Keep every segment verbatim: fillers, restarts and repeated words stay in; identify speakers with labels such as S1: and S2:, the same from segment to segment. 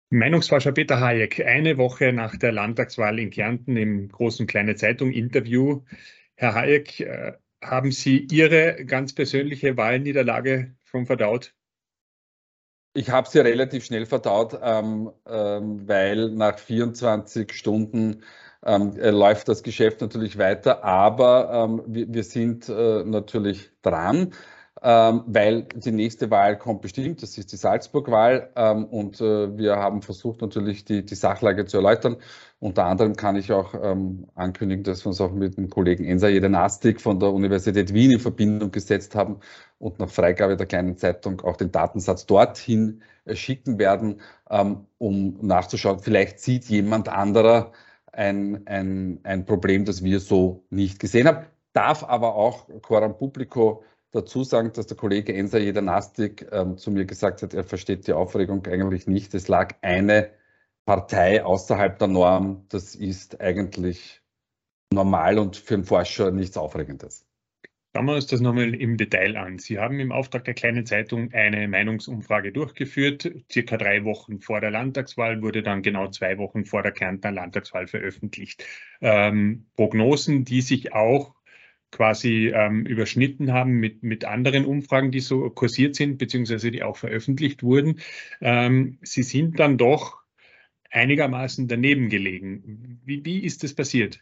S1: Meinungsforscher Peter Hayek, eine Woche nach der Landtagswahl in Kärnten im großen Kleine Zeitung Interview. Herr Hayek, äh, haben Sie Ihre ganz persönliche Wahlniederlage schon verdaut?
S2: Ich habe sie relativ schnell verdaut, ähm, ähm, weil nach vierundzwanzig Stunden ähm, äh, läuft das Geschäft natürlich weiter, aber ähm, wir, wir sind äh, natürlich dran, ähm, weil die nächste Wahl kommt bestimmt, das ist die Salzburg-Wahl, ähm, und äh, wir haben versucht natürlich die, die Sachlage zu erläutern. Unter anderem kann ich auch ähm, ankündigen, dass wir uns auch mit dem Kollegen Enza Jedenastik von der Universität Wien in Verbindung gesetzt haben und nach Freigabe der Kleinen Zeitung auch den Datensatz dorthin äh, schicken werden, ähm, um nachzuschauen, vielleicht sieht jemand anderer ein, ein, ein Problem, das wir so nicht gesehen haben. Darf aber auch coram publico dazu sagen, dass der Kollege Enza Jedenastik ähm, zu mir gesagt hat, er versteht die Aufregung eigentlich nicht. Es lag eine Partei außerhalb der Norm. Das ist eigentlich normal und für einen Forscher nichts Aufregendes.
S1: Schauen wir uns das nochmal im Detail an. Sie haben im Auftrag der Kleinen Zeitung eine Meinungsumfrage durchgeführt. Circa drei Wochen vor der Landtagswahl wurde dann genau zwei Wochen vor der Kärntner Landtagswahl veröffentlicht. Ähm, Prognosen, die sich auch quasi ähm, überschnitten haben mit, mit anderen Umfragen, die so kursiert sind, beziehungsweise die auch veröffentlicht wurden. Ähm, sie sind dann doch einigermaßen daneben gelegen. Wie, wie ist das passiert?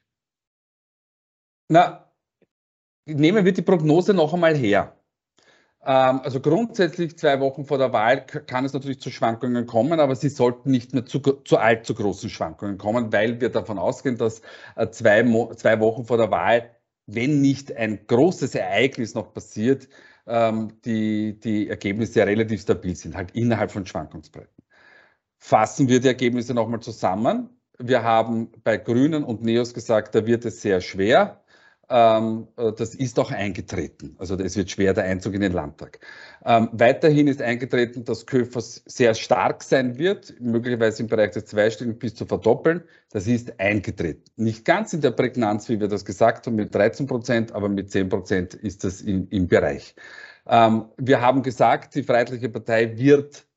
S2: Na, nehmen wir die Prognose noch einmal her. Ähm, also grundsätzlich zwei Wochen vor der Wahl kann es natürlich zu Schwankungen kommen, aber sie sollten nicht mehr zu, zu allzu großen Schwankungen kommen, weil wir davon ausgehen, dass äh, zwei, Mo zwei Wochen vor der Wahl, wenn nicht ein großes Ereignis noch passiert, ähm, die, die Ergebnisse relativ stabil sind, halt innerhalb von Schwankungsbreiten. Fassen wir die Ergebnisse nochmal zusammen. Wir haben bei Grünen und Neos gesagt, da wird es sehr schwer. Ähm, das ist auch eingetreten. Also es wird schwer, der Einzug in den Landtag. Ähm, weiterhin ist eingetreten, dass Köfers sehr stark sein wird, möglicherweise im Bereich des Zweistelligen bis zu verdoppeln. Das ist eingetreten. Nicht ganz in der Prägnanz, wie wir das gesagt haben, mit dreizehn Prozent, aber mit zehn Prozent ist das in, im Bereich. Ähm, wir haben gesagt, die Freiheitliche Partei wird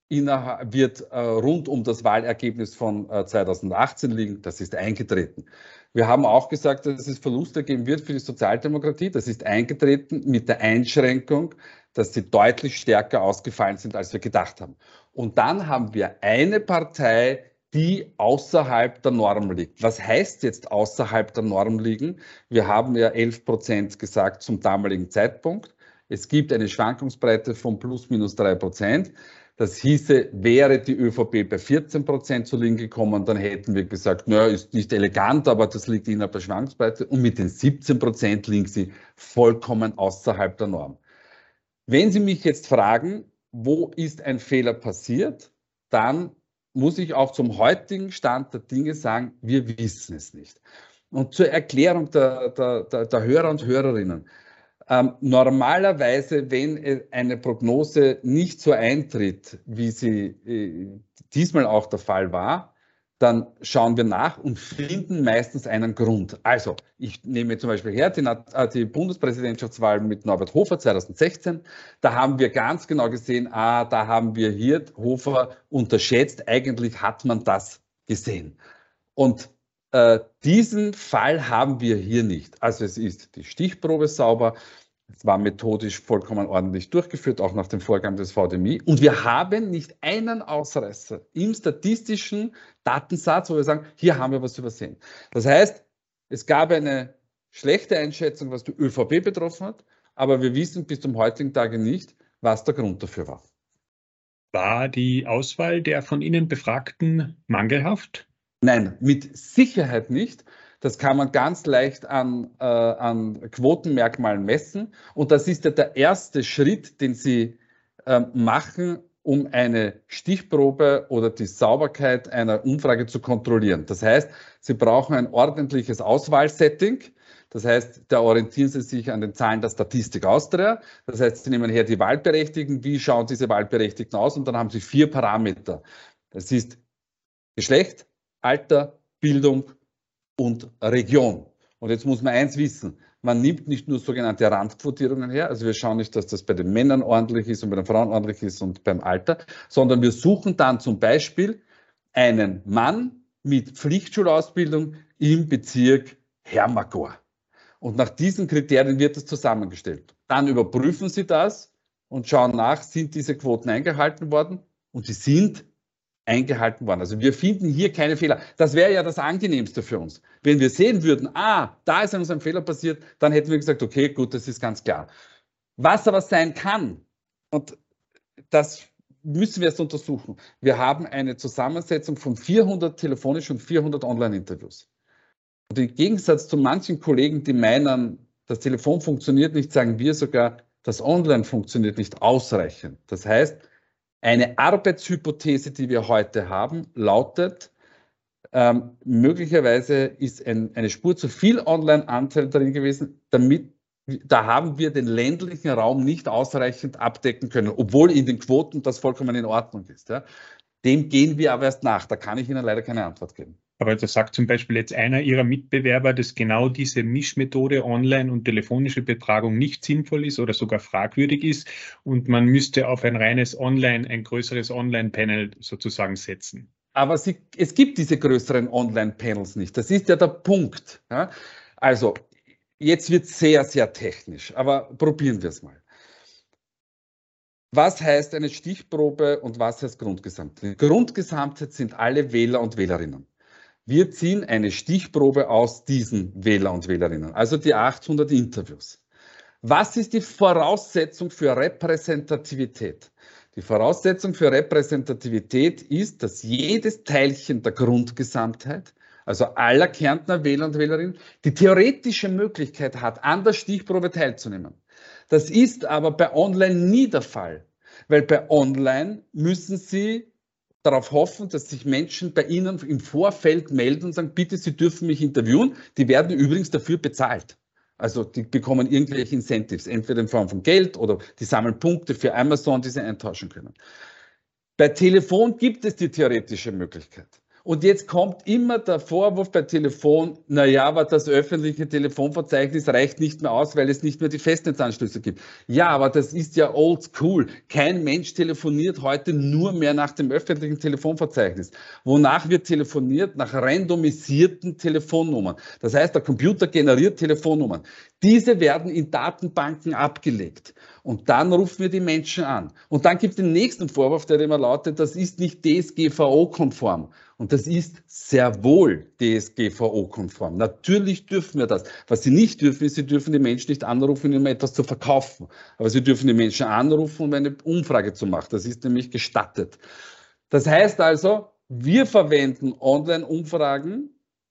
S2: wird äh, rund um das Wahlergebnis von äh, zweitausendachtzehn liegen. Das ist eingetreten. Wir haben auch gesagt, dass es Verluste geben wird für die Sozialdemokratie. Das ist eingetreten mit der Einschränkung, dass sie deutlich stärker ausgefallen sind, als wir gedacht haben. Und dann haben wir eine Partei, die außerhalb der Norm liegt. Was heißt jetzt außerhalb der Norm liegen? Wir haben ja elf Prozent gesagt zum damaligen Zeitpunkt. Es gibt eine Schwankungsbreite von plus minus drei Prozent. Das hieße, wäre die ÖVP bei vierzehn Prozent zu liegen gekommen, dann hätten wir gesagt, naja, ist nicht elegant, aber das liegt innerhalb der Schwankungsbreite. Und mit den siebzehn Prozent liegen sie vollkommen außerhalb der Norm. Wenn Sie mich jetzt fragen, wo ist ein Fehler passiert, dann muss ich auch zum heutigen Stand der Dinge sagen, wir wissen es nicht. Und zur Erklärung der, der, der, der Hörer und Hörerinnen. Ähm, normalerweise, wenn eine Prognose nicht so eintritt, wie sie äh, diesmal auch der Fall war, dann schauen wir nach und finden meistens einen Grund. Also, ich nehme zum Beispiel her die, äh, die Bundespräsidentschaftswahl mit Norbert Hofer zweitausendsechzehn. Da haben wir ganz genau gesehen, ah, da haben wir hier Hofer unterschätzt. Eigentlich hat man das gesehen. Und äh, diesen Fall haben wir hier nicht. Also es ist die Stichprobe sauber, es war methodisch vollkommen ordentlich durchgeführt, auch nach den Vorgaben des V D M I. Und wir haben nicht einen Ausreißer im statistischen Datensatz, wo wir sagen, hier haben wir was übersehen. Das heißt, es gab eine schlechte Einschätzung, was die ÖVP betroffen hat, aber wir wissen bis zum heutigen Tage nicht, was der Grund dafür war.
S1: War die Auswahl der von Ihnen Befragten mangelhaft?
S2: Nein, mit Sicherheit nicht. Das kann man ganz leicht an, äh, an Quotenmerkmalen messen. Und das ist ja der erste Schritt, den Sie äh, machen, um eine Stichprobe oder die Sauberkeit einer Umfrage zu kontrollieren. Das heißt, Sie brauchen ein ordentliches Auswahlsetting. Das heißt, da orientieren Sie sich an den Zahlen der Statistik Austria. Das heißt, Sie nehmen her die Wahlberechtigten. Wie schauen diese Wahlberechtigten aus? Und dann haben Sie vier Parameter. Das ist Geschlecht, Alter, Bildung und Region. Und jetzt muss man eins wissen, man nimmt nicht nur sogenannte Randquotierungen her, also wir schauen nicht, dass das bei den Männern ordentlich ist und bei den Frauen ordentlich ist und beim Alter, sondern wir suchen dann zum Beispiel einen Mann mit Pflichtschulausbildung im Bezirk Hermagor. Und nach diesen Kriterien wird es zusammengestellt. Dann überprüfen Sie das und schauen nach, sind diese Quoten eingehalten worden? Und die sind eingehalten worden. Also wir finden hier keine Fehler. Das wäre ja das Angenehmste für uns. Wenn wir sehen würden, ah, da ist uns ein Fehler passiert, dann hätten wir gesagt, okay, gut, das ist ganz klar. Was aber sein kann, und das müssen wir erst untersuchen. Wir haben eine Zusammensetzung von vierhundert telefonischen und vierhundert Online-Interviews. Und im Gegensatz zu manchen Kollegen, die meinen, das Telefon funktioniert nicht, sagen wir sogar, das Online funktioniert nicht ausreichend. Das heißt, eine Arbeitshypothese, die wir heute haben, lautet, ähm, möglicherweise ist ein, eine Spur zu viel Online-Anteil drin gewesen, damit da haben wir den ländlichen Raum nicht ausreichend abdecken können, obwohl in den Quoten das vollkommen in Ordnung ist. Ja. Dem gehen wir aber erst nach. Da kann ich Ihnen leider keine Antwort geben.
S1: Aber da sagt zum Beispiel jetzt einer Ihrer Mitbewerber, dass genau diese Mischmethode Online- und telefonische Befragung nicht sinnvoll ist oder sogar fragwürdig ist und man müsste auf ein reines Online, ein größeres Online-Panel sozusagen setzen.
S2: Aber sie, es gibt diese größeren Online-Panels nicht. Das ist ja der Punkt. Ja. Also, jetzt wird es sehr, sehr technisch, aber probieren wir es mal. Was heißt eine Stichprobe und was heißt Grundgesamtheit? Grundgesamtheit sind alle Wähler und Wählerinnen. Wir ziehen eine Stichprobe aus diesen Wähler und Wählerinnen, also die achthundert Interviews. Was ist die Voraussetzung für Repräsentativität? Die Voraussetzung für Repräsentativität ist, dass jedes Teilchen der Grundgesamtheit, also aller Kärntner Wähler und Wählerinnen, die theoretische Möglichkeit hat, an der Stichprobe teilzunehmen. Das ist aber bei Online nie der Fall, weil bei Online müssen Sie darauf hoffen, dass sich Menschen bei Ihnen im Vorfeld melden und sagen, bitte, Sie dürfen mich interviewen. Die werden übrigens dafür bezahlt. Also die bekommen irgendwelche Incentives, entweder in Form von Geld oder die sammeln Punkte für Amazon, die sie eintauschen können. Bei Telefon gibt es die theoretische Möglichkeit. Und jetzt kommt immer der Vorwurf bei Telefon, naja, aber das öffentliche Telefonverzeichnis reicht nicht mehr aus, weil es nicht mehr die Festnetzanschlüsse gibt. Ja, aber das ist ja old school. Kein Mensch telefoniert heute nur mehr nach dem öffentlichen Telefonverzeichnis. Wonach wird telefoniert? Nach randomisierten Telefonnummern. Das heißt, der Computer generiert Telefonnummern. Diese werden in Datenbanken abgelegt. Und dann rufen wir die Menschen an. Und dann gibt es den nächsten Vorwurf, der immer lautet, das ist nicht D S G V O-konform. Und das ist sehr wohl D S G V O-konform. Natürlich dürfen wir das. Was Sie nicht dürfen, ist, Sie dürfen die Menschen nicht anrufen, um etwas zu verkaufen. Aber Sie dürfen die Menschen anrufen, um eine Umfrage zu machen. Das ist nämlich gestattet. Das heißt also, wir verwenden Online-Umfragen,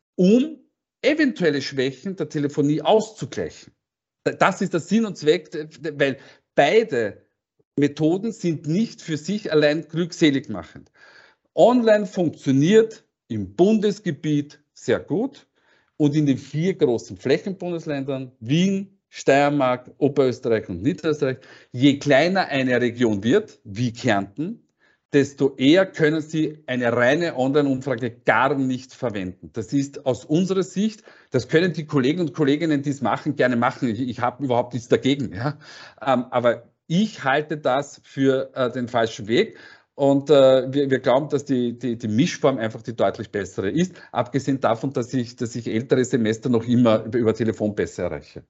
S2: um eventuelle Schwächen der Telefonie auszugleichen. Das ist der Sinn und Zweck, weil beide Methoden sind nicht für sich allein glückselig machend. Online funktioniert im Bundesgebiet sehr gut und in den vier großen Flächenbundesländern, Wien, Steiermark, Oberösterreich und Niederösterreich, je kleiner eine Region wird, wie Kärnten, desto eher können Sie eine reine Online-Umfrage gar nicht verwenden. Das ist aus unserer Sicht, das können die Kollegen und Kolleginnen, die es machen, gerne machen. Ich, ich habe überhaupt nichts dagegen. Ja? Ähm, aber ich halte das für äh, den falschen Weg. Und äh, wir, wir glauben, dass die, die, die Mischform einfach die deutlich bessere ist, abgesehen davon, dass ich, dass ich ältere Semester noch immer über, über Telefon besser erreiche.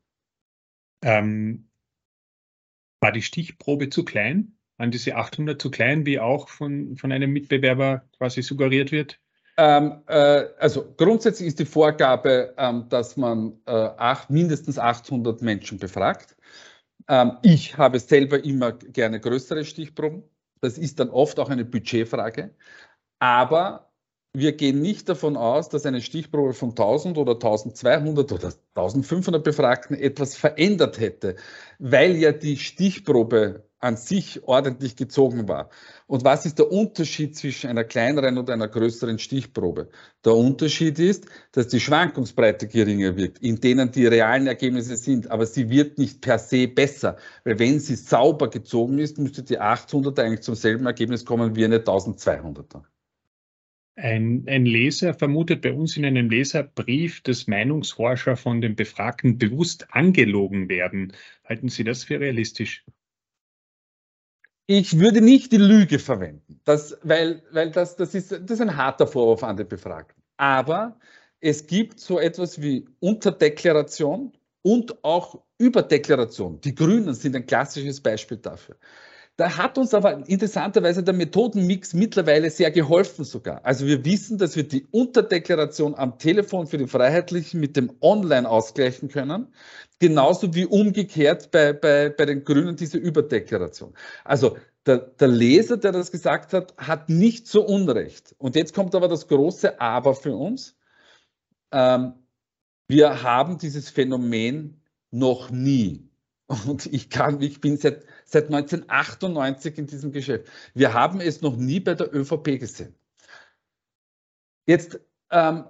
S1: Ähm, war die Stichprobe zu klein? Waren diese achthundert zu klein, wie auch von, von einem Mitbewerber quasi suggeriert wird?
S2: Ähm, äh, also grundsätzlich ist die Vorgabe, ähm, dass man äh, acht, mindestens achthundert Menschen befragt. Ähm, ich habe selber immer gerne größere Stichproben. Das ist dann oft auch eine Budgetfrage. Aber wir gehen nicht davon aus, dass eine Stichprobe von tausend oder tausendzweihundert oder tausendfünfhundert Befragten etwas verändert hätte, weil ja die Stichprobe an sich ordentlich gezogen war. Und was ist der Unterschied zwischen einer kleineren und einer größeren Stichprobe? Der Unterschied ist, dass die Schwankungsbreite geringer wird, in denen die realen Ergebnisse sind, aber sie wird nicht per se besser, weil wenn sie sauber gezogen ist, müsste die achthunderter eigentlich zum selben Ergebnis kommen wie eine tausendzweihunderter.
S1: Ein, ein Leser vermutet bei uns in einem Leserbrief, dass Meinungsforscher von den Befragten bewusst angelogen werden. Halten Sie das für realistisch?
S2: Ich würde nicht die Lüge verwenden, das, weil, weil das, das, ist, das ist ein harter Vorwurf an den Befragten. Aber es gibt so etwas wie Unterdeklaration und auch Überdeklaration. Die Grünen sind ein klassisches Beispiel dafür. Da hat uns aber interessanterweise der Methodenmix mittlerweile sehr geholfen sogar. Also wir wissen, dass wir die Unterdeklaration am Telefon für die Freiheitlichen mit dem Online ausgleichen können, genauso wie umgekehrt bei, bei, bei den Grünen diese Überdeklaration. Also der, der Leser, der das gesagt hat, hat nicht so Unrecht. Und jetzt kommt aber das große Aber für uns. Ähm, wir haben dieses Phänomen noch nie. Und ich, kann, ich bin seit, seit neunzehnhundertachtundneunzig in diesem Geschäft. Wir haben es noch nie bei der ÖVP gesehen. Jetzt ähm,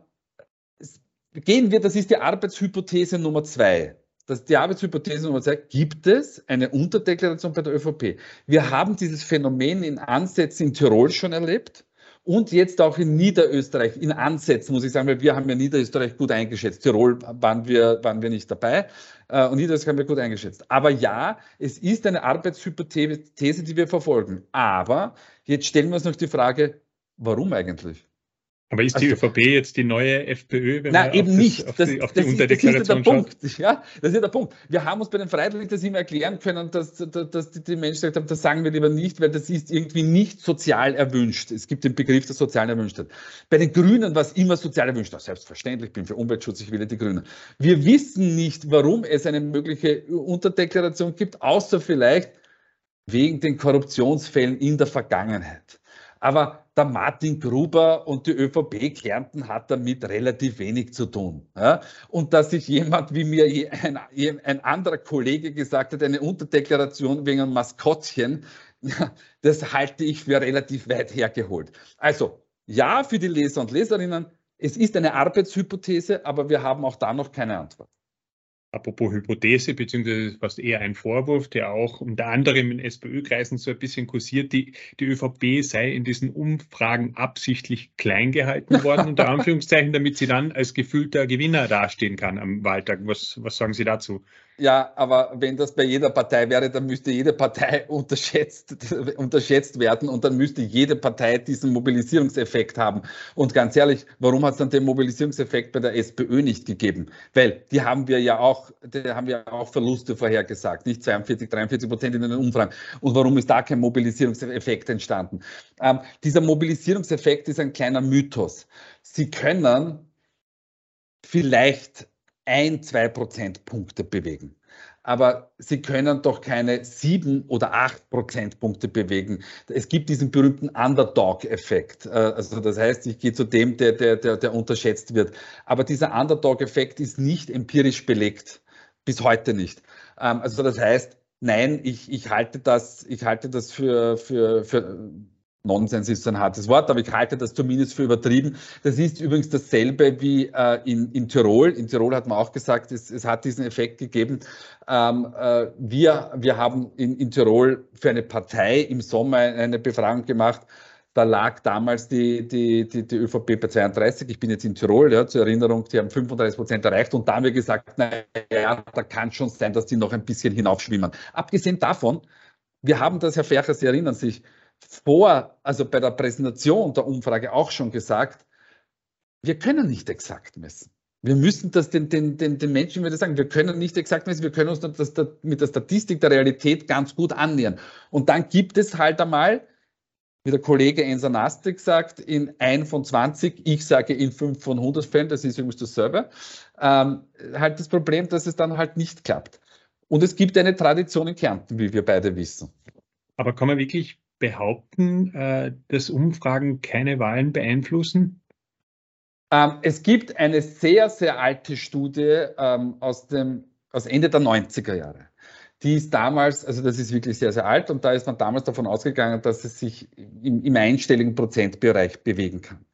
S2: gehen wir, das ist die Arbeitshypothese Nummer zwei. Das, die Arbeitshypothese Nummer zwei, gibt es eine Unterdeklaration bei der ÖVP? Wir haben dieses Phänomen in Ansätzen in Tirol schon erlebt. Und jetzt auch in Niederösterreich, in Ansätzen, muss ich sagen, weil wir haben ja Niederösterreich gut eingeschätzt. Tirol waren wir, waren wir nicht dabei äh, und Niederösterreich haben wir gut eingeschätzt. Aber ja, es ist eine Arbeitshypothese, die wir verfolgen. Aber jetzt stellen wir uns noch die Frage, warum eigentlich?
S1: Aber ist die also, ÖVP jetzt die neue FPÖ,
S2: wenn nein, man eben auf, nicht. Das, auf die, auf die
S1: das, Unterdeklaration
S2: ist, das ist der schaut? Punkt. Ja, das ist der Punkt. Wir haben uns bei den Freiheitlichen das immer erklären können, dass, dass, dass die, die Menschen gesagt haben, das sagen wir lieber nicht, weil das ist irgendwie nicht sozial erwünscht. Es gibt den Begriff der sozialen Erwünschtheit. Bei den Grünen war es immer sozial erwünscht. Selbstverständlich, ich bin für Umweltschutz, ich wähle die Grünen. Wir wissen nicht, warum es eine mögliche Unterdeklaration gibt, außer vielleicht wegen den Korruptionsfällen in der Vergangenheit. Aber der Martin Gruber und die ÖVP Kärnten hat damit relativ wenig zu tun. Ja? Und dass sich jemand, wie mir ein, ein anderer Kollege gesagt hat, eine Unterdeklaration wegen einem Maskottchen, das halte ich für relativ weit hergeholt. Also ja, für die Leser und Leserinnen, es ist eine Arbeitshypothese, aber wir haben auch da noch keine Antwort.
S1: Apropos Hypothese, beziehungsweise fast eher ein Vorwurf, der auch unter anderem in SPÖ-Kreisen so ein bisschen kursiert, die, die ÖVP sei in diesen Umfragen absichtlich klein gehalten worden, unter Anführungszeichen, damit sie dann als gefühlter Gewinner dastehen kann am Wahltag. Was, was sagen Sie dazu?
S2: Ja, aber wenn das bei jeder Partei wäre, dann müsste jede Partei unterschätzt, unterschätzt werden und dann müsste jede Partei diesen Mobilisierungseffekt haben. Und ganz ehrlich, warum hat es dann den Mobilisierungseffekt bei der SPÖ nicht gegeben? Weil die haben wir ja auch, die haben wir auch Verluste vorhergesagt, nicht zweiundvierzig, dreiundvierzig Prozent in den Umfragen. Und warum ist da kein Mobilisierungseffekt entstanden? Ähm, dieser Mobilisierungseffekt ist ein kleiner Mythos. Sie können vielleicht ein, zwei Prozentpunkte bewegen. Aber sie können doch keine sieben oder acht Prozentpunkte bewegen. Es gibt diesen berühmten Underdog-Effekt. Also das heißt, ich gehe zu dem, der, der, der, der unterschätzt wird. Aber dieser Underdog-Effekt ist nicht empirisch belegt. Bis heute nicht. Also das heißt, nein, ich, ich halte das, ich halte das für, für, für Nonsens ist ein hartes Wort, aber ich halte das zumindest für übertrieben. Das ist übrigens dasselbe wie äh, in, in Tirol. In Tirol hat man auch gesagt, es, es hat diesen Effekt gegeben. Ähm, äh, wir, wir haben in, in Tirol für eine Partei im Sommer eine Befragung gemacht. Da lag damals die, die, die, die ÖVP bei zweiunddreißig. Ich bin jetzt in Tirol, ja, zur Erinnerung, die haben fünfunddreißig Prozent erreicht. Und da haben wir gesagt, naja, da kann schon sein, dass die noch ein bisschen hinaufschwimmen. Abgesehen davon, wir haben das, Herr Fercher, Sie erinnern sich, vor, also bei der Präsentation der Umfrage auch schon gesagt, wir können nicht exakt messen. Wir müssen das den, den, den, den Menschen wieder sagen, wir können nicht exakt messen, wir können uns das, das, mit der Statistik der Realität ganz gut annähern. Und dann gibt es halt einmal, wie der Kollege Enser Nastik sagt, in ein von zwanzig, ich sage in fünf von hundert Fällen, das ist übrigens dasselbe, ähm, halt das Problem, dass es dann halt nicht klappt. Und es gibt eine Tradition in Kärnten, wie wir beide wissen.
S1: Aber kann man wirklich behaupten, äh, dass Umfragen keine Wahlen beeinflussen?
S2: Ähm, es gibt eine sehr, sehr alte Studie ähm, aus, dem, aus Ende der neunziger Jahre. Die ist damals, also das ist wirklich sehr, sehr alt und da ist man damals davon ausgegangen, dass es sich im, im einstelligen Prozentbereich bewegen kann.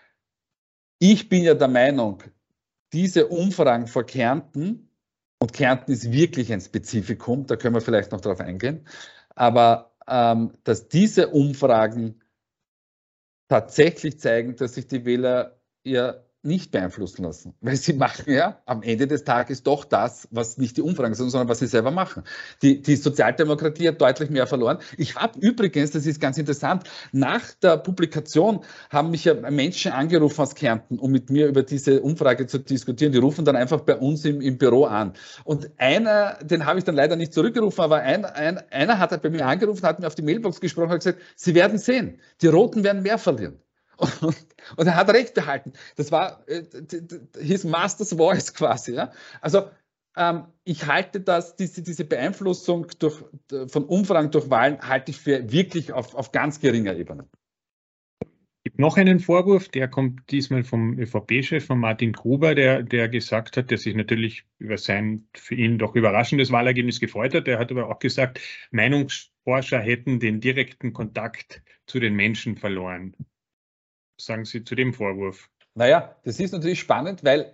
S2: Ich bin ja der Meinung, diese Umfragen vor Kärnten, und Kärnten ist wirklich ein Spezifikum, da können wir vielleicht noch drauf eingehen, aber dass diese Umfragen tatsächlich zeigen, dass sich die Wähler eher nicht beeinflussen lassen, weil sie machen ja am Ende des Tages doch das, was nicht die Umfragen sind, sondern was sie selber machen. Die, die Sozialdemokratie hat deutlich mehr verloren. Ich habe übrigens, das ist ganz interessant, nach der Publikation haben mich ja Menschen angerufen aus Kärnten, um mit mir über diese Umfrage zu diskutieren. Die rufen dann einfach bei uns im, im Büro an. Und einer, den habe ich dann leider nicht zurückgerufen, aber ein, ein, einer hat bei mir angerufen, hat mir auf die Mailbox gesprochen und hat gesagt, Sie werden sehen, die Roten werden mehr verlieren. Und, und er hat recht behalten. Das war äh, his master's voice quasi. Ja? Also ähm, ich halte das, diese, diese Beeinflussung durch, von Umfragen durch Wahlen, halte ich für wirklich auf, auf ganz geringer Ebene.
S1: Es gibt noch einen Vorwurf, der kommt diesmal vom ÖVP-Chef, von Martin Gruber, der, der gesagt hat, der sich natürlich über sein für ihn doch überraschendes Wahlergebnis gefreut hat. Der hat aber auch gesagt, Meinungsforscher hätten den direkten Kontakt zu den Menschen verloren. Was sagen Sie zu dem Vorwurf?
S2: Naja, das ist natürlich spannend, weil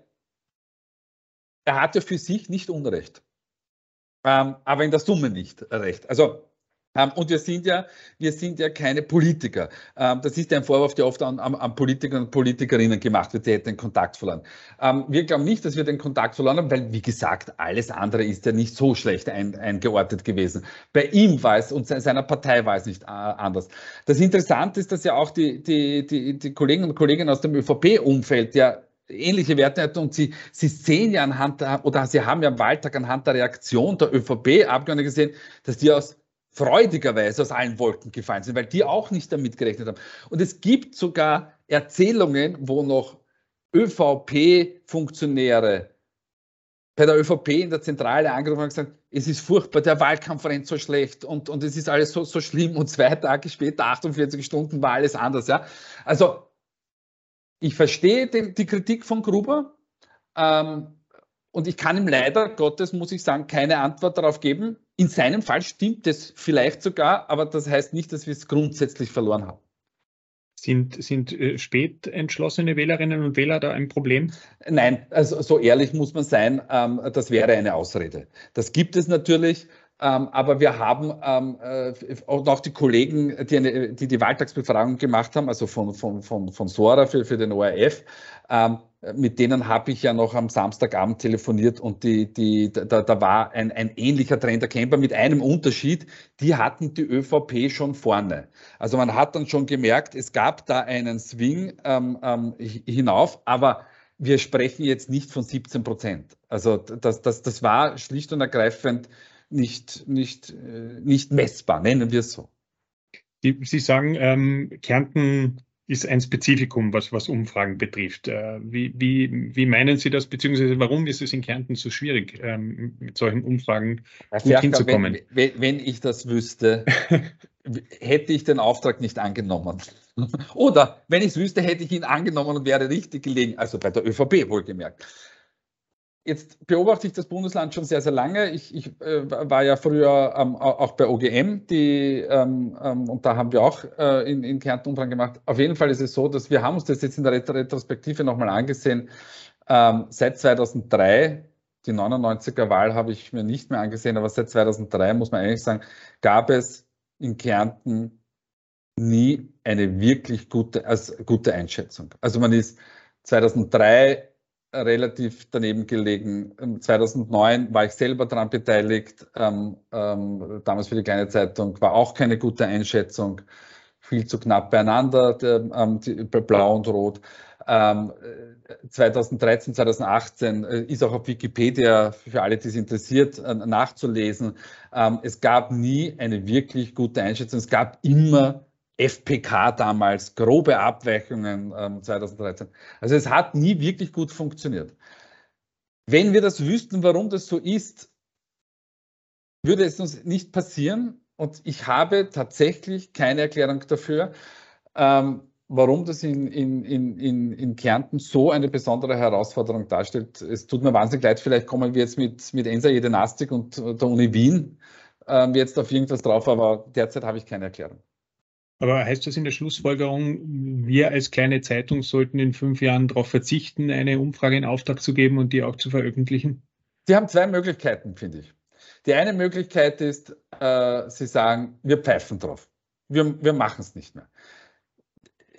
S2: er hat ja für sich nicht Unrecht, ähm, aber in der Summe nicht recht. Also ähm, und wir sind ja, wir sind ja keine Politiker. Ähm, das ist ein Vorwurf, der oft an, an, an Politikern und Politikerinnen gemacht wird, die hätten den Kontakt verloren. Ähm, wir glauben nicht, dass wir den Kontakt verloren haben, weil, wie gesagt, alles andere ist ja nicht so schlecht ein, eingeordnet gewesen. Bei ihm war es und seiner Partei war es nicht äh, anders. Das Interessante ist, dass ja auch die, die, die, die Kollegen und Kolleginnen aus dem ÖVP-Umfeld ja ähnliche Werte hatten und sie, sie sehen ja anhand, oder sie haben ja am Wahltag anhand der Reaktion der ÖVP-Abgeordneten gesehen, dass die aus freudigerweise aus allen Wolken gefallen sind, weil die auch nicht damit gerechnet haben. Und es gibt sogar Erzählungen, wo noch ÖVP-Funktionäre bei der ÖVP in der Zentrale angerufen haben und gesagt, es ist furchtbar, der Wahlkampf rennt so schlecht und, und es ist alles so, so schlimm und zwei Tage später, achtundvierzig Stunden, war alles anders. Ja? Also ich verstehe den, die Kritik von Gruber ähm, und ich kann ihm leider Gottes, muss ich sagen, keine Antwort darauf geben. In seinem Fall stimmt es vielleicht sogar, aber das heißt nicht, dass wir es grundsätzlich verloren haben.
S1: Sind, sind äh, spät entschlossene Wählerinnen und Wähler da ein Problem?
S2: Nein, also so ehrlich muss man sein, ähm, das wäre eine Ausrede. Das gibt es natürlich, ähm, aber wir haben ähm, äh, auch die Kollegen, die, eine, die die Wahltagsbefragung gemacht haben, also von, von, von, von Sora für, für den O R F, ähm, mit denen habe ich ja noch am Samstagabend telefoniert und die, die, da, da war ein, ein ähnlicher Trend erkennbar mit einem Unterschied. Die hatten die ÖVP schon vorne. Also man hat dann schon gemerkt, es gab da einen Swing ähm, ähm, hinauf, aber wir sprechen jetzt nicht von siebzehn Prozent. Also das, das, das war schlicht und ergreifend nicht, nicht, nicht messbar, nennen wir es so.
S1: Sie, Sie sagen, ähm, Kärnten ist ein Spezifikum, was, was Umfragen betrifft. Äh, wie, wie, wie meinen Sie das, beziehungsweise warum ist es in Kärnten so schwierig, ähm, mit solchen Umfragen
S2: Herr
S1: gut
S2: Fercher,
S1: hinzukommen?
S2: Wenn, wenn, wenn ich das wüsste, hätte ich den Auftrag nicht angenommen. Oder wenn ich es wüsste, hätte ich ihn angenommen und wäre richtig gelegen, also bei der ÖVP wohlgemerkt. Jetzt beobachte ich das Bundesland schon sehr, sehr lange. Ich, ich äh, war ja früher ähm, auch bei O G M, die, ähm, ähm, und da haben wir auch äh, in, in Kärnten Umfragen gemacht. Auf jeden Fall ist es so, dass wir haben uns das jetzt in der Retrospektive nochmal angesehen. Ähm, seit zweitausenddrei, die neunundneunziger-Wahl habe ich mir nicht mehr angesehen, aber seit zweitausenddrei muss man eigentlich sagen, gab es in Kärnten nie eine wirklich gute, also gute Einschätzung. Also man ist zweitausenddrei relativ daneben gelegen. zweitausendneun war ich selber daran beteiligt, ähm, ähm, damals für die kleine Zeitung, war auch keine gute Einschätzung, viel zu knapp beieinander, der, ähm, die, blau und rot. Ähm, zweitausenddreizehn, zweitausendachtzehn äh, ist auch auf Wikipedia, für alle, die es interessiert, äh, nachzulesen. Ähm, es gab nie eine wirklich gute Einschätzung. Es gab immer F P K damals, grobe Abweichungen ähm, zweitausenddreizehn. Also es hat nie wirklich gut funktioniert. Wenn wir das wüssten, warum das so ist, würde es uns nicht passieren. Und ich habe tatsächlich keine Erklärung dafür, ähm, warum das in, in, in, in Kärnten so eine besondere Herausforderung darstellt. Es tut mir wahnsinnig leid, vielleicht kommen wir jetzt mit, mit Ensa Jedenastik und der Uni Wien ähm, jetzt auf irgendwas drauf, aber derzeit habe ich keine Erklärung.
S1: Aber heißt das in der Schlussfolgerung, wir als kleine Zeitung sollten in fünf Jahren darauf verzichten, eine Umfrage in Auftrag zu geben und die auch zu veröffentlichen?
S2: Sie haben zwei Möglichkeiten, finde ich. Die eine Möglichkeit ist, äh, Sie sagen, wir pfeifen drauf. Wir, wir machen es nicht mehr.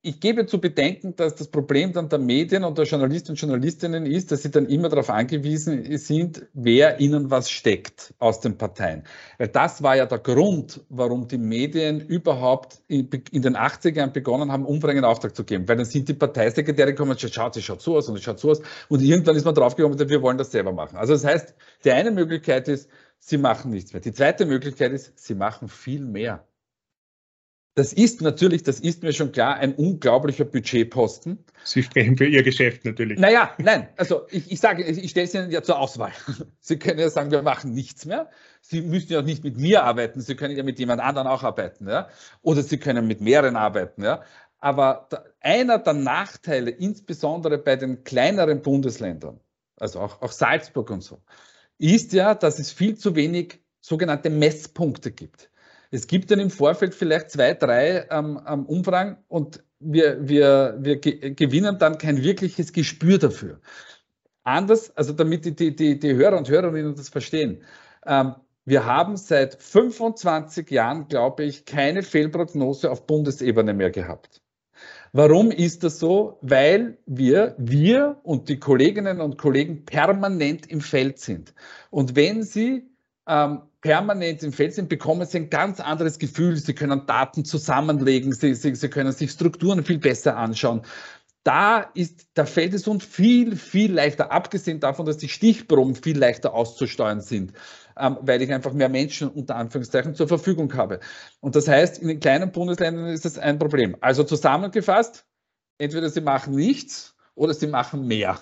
S2: ich gebe zu bedenken, dass das Problem dann der Medien und der Journalisten und Journalistinnen ist, dass sie dann immer darauf angewiesen sind, wer ihnen was steckt aus den Parteien. Weil das war ja der Grund, warum die Medien überhaupt in, in den achtzigern begonnen haben, Umfragen in Auftrag zu geben. Weil dann sind die Parteisekretäre gekommen und schaut, sie schaut so aus und es schaut so aus. Und irgendwann ist man draufgekommen, wir wollen das selber machen. Also das heißt, die eine Möglichkeit ist, sie machen nichts mehr. Die zweite Möglichkeit ist, sie machen viel mehr. Das ist natürlich, das ist mir schon klar, ein unglaublicher Budgetposten.
S1: Sie sprechen für Ihr Geschäft natürlich.
S2: Naja, nein, also ich, ich sage, ich stelle es Ihnen ja zur Auswahl. Sie können ja sagen, wir machen nichts mehr. Sie müssen ja nicht mit mir arbeiten, Sie können ja mit jemand anderem auch arbeiten. Ja? Oder Sie können mit mehreren arbeiten. Ja? Aber da, einer der Nachteile, insbesondere bei den kleineren Bundesländern, also auch, auch Salzburg und so, ist ja, dass es viel zu wenig sogenannte Messpunkte gibt. Es gibt dann im Vorfeld vielleicht zwei, drei ähm, ähm, Umfragen und wir, wir, wir ge gewinnen dann kein wirkliches Gespür dafür. Anders, also damit die, die, die, die Hörer und Hörerinnen das verstehen, ähm, wir haben seit fünfundzwanzig Jahren, glaube ich, keine Fehlprognose auf Bundesebene mehr gehabt. Warum ist das so? Weil wir, wir und die Kolleginnen und Kollegen permanent im Feld sind. Und wenn Sie ähm, permanent im Feld sind, bekommen Sie ein ganz anderes Gefühl. Sie können Daten zusammenlegen, Sie, Sie, Sie können sich Strukturen viel besser anschauen. Da ist der Feldeshund viel, viel leichter, abgesehen davon, dass die Stichproben viel leichter auszusteuern sind, ähm, weil ich einfach mehr Menschen unter Anführungszeichen zur Verfügung habe. Und das heißt, in den kleinen Bundesländern ist das ein Problem. Also zusammengefasst, entweder Sie machen nichts oder Sie machen mehr.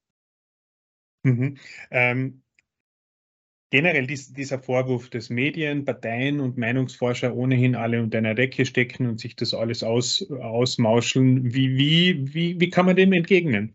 S1: Mhm. Ähm Generell dies, dieser Vorwurf, dass Medien, Parteien und Meinungsforscher ohnehin alle unter einer Decke stecken und sich das alles aus, ausmauscheln, wie, wie, wie, wie kann man dem entgegnen?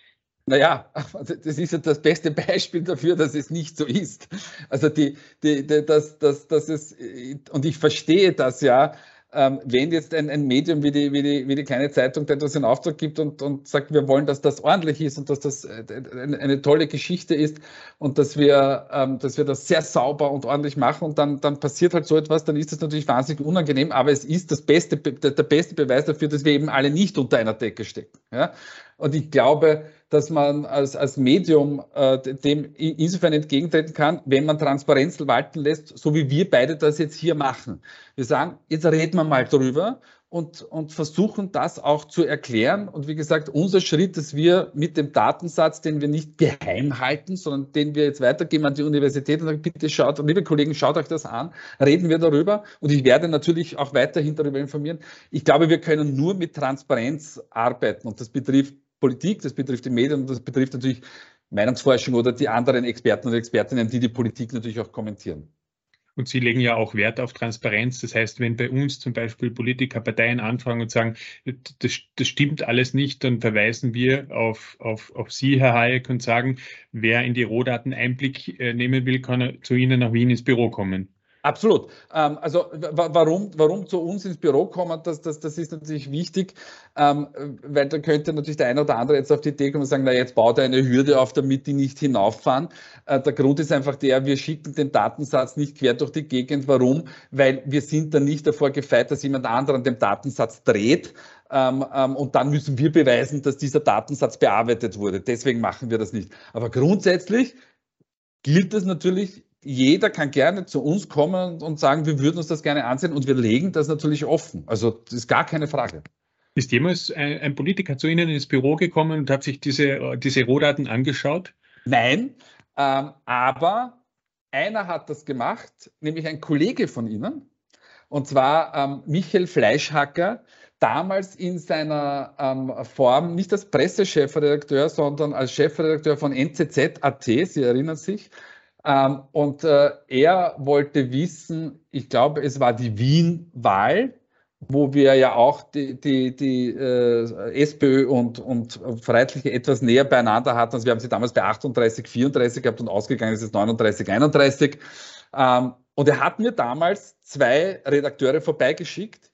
S2: Naja, das ist ja das beste Beispiel dafür, dass es nicht so ist. Also die, die, die, das, das, das ist, und ich verstehe das ja, ähm, wenn jetzt ein, ein Medium wie die, wie, die, wie die kleine Zeitung etwas in Auftrag gibt und, und sagt, wir wollen, dass das ordentlich ist und dass das eine, eine tolle Geschichte ist und dass wir, ähm, dass wir das sehr sauber und ordentlich machen und dann, dann passiert halt so etwas, dann ist das natürlich wahnsinnig unangenehm, aber es ist das beste, der, der beste Beweis dafür, dass wir eben alle nicht unter einer Decke stecken. Ja? Und ich glaube, dass man als, als Medium äh, dem insofern entgegentreten kann, wenn man Transparenz walten lässt, so wie wir beide das jetzt hier machen. Wir sagen, jetzt reden wir mal drüber und, und versuchen das auch zu erklären. Und wie gesagt, unser Schritt, dass wir mit dem Datensatz, den wir nicht geheim halten, sondern den wir jetzt weitergeben an die Universität und sagen, bitte schaut, liebe Kollegen, schaut euch das an, reden wir darüber. Und ich werde natürlich auch weiterhin darüber informieren. Ich glaube, wir können nur mit Transparenz arbeiten und das betrifft Politik, das betrifft die Medien und das betrifft natürlich Meinungsforschung oder die anderen Experten und Expertinnen, die die Politik natürlich auch kommentieren.
S1: Und Sie legen ja auch Wert auf Transparenz. Das heißt, wenn bei uns zum Beispiel Politiker, Parteien anfangen und sagen, das, das stimmt alles nicht, dann verweisen wir auf, auf, auf Sie, Herr Hayek, und sagen, wer in die Rohdaten Einblick äh, nehmen will, kann zu Ihnen nach Wien ins Büro kommen.
S2: Absolut. Ähm, also warum, warum zu uns ins Büro kommen, das, das, das ist natürlich wichtig, ähm, weil da könnte natürlich der eine oder andere jetzt auf die Idee kommen und sagen, na jetzt baut er eine Hürde auf, damit die nicht hinauffahren. Äh, der Grund ist einfach der, wir schicken den Datensatz nicht quer durch die Gegend. Warum? Weil wir sind dann nicht davor gefeit, dass jemand anderer an dem Datensatz dreht. Ähm, ähm, und dann müssen wir beweisen, dass dieser Datensatz bearbeitet wurde. Deswegen machen wir das nicht. Aber grundsätzlich gilt es natürlich, jeder kann gerne zu uns kommen und sagen, wir würden uns das gerne ansehen und wir legen das natürlich offen. Also das ist gar keine Frage.
S1: Ist jemals ein, ein Politiker zu Ihnen ins Büro gekommen und hat sich diese, diese Rohdaten angeschaut?
S2: Nein, ähm, aber einer hat das gemacht, nämlich ein Kollege von Ihnen, und zwar ähm, Michael Fleischhacker, damals in seiner ähm, Form, nicht als Pressechefredakteur, sondern als Chefredakteur von N Z Z Punkt A T, Sie erinnern sich. Ähm, und äh, er wollte wissen, ich glaube, es war die Wien-Wahl, wo wir ja auch die, die, die äh, SPÖ und, und Freiheitliche etwas näher beieinander hatten. Also wir haben sie damals bei achtunddreißig, vierunddreißig gehabt und ausgegangen ist es neununddreißig, einunddreißig. Ähm, und er hat mir damals zwei Redakteure vorbeigeschickt,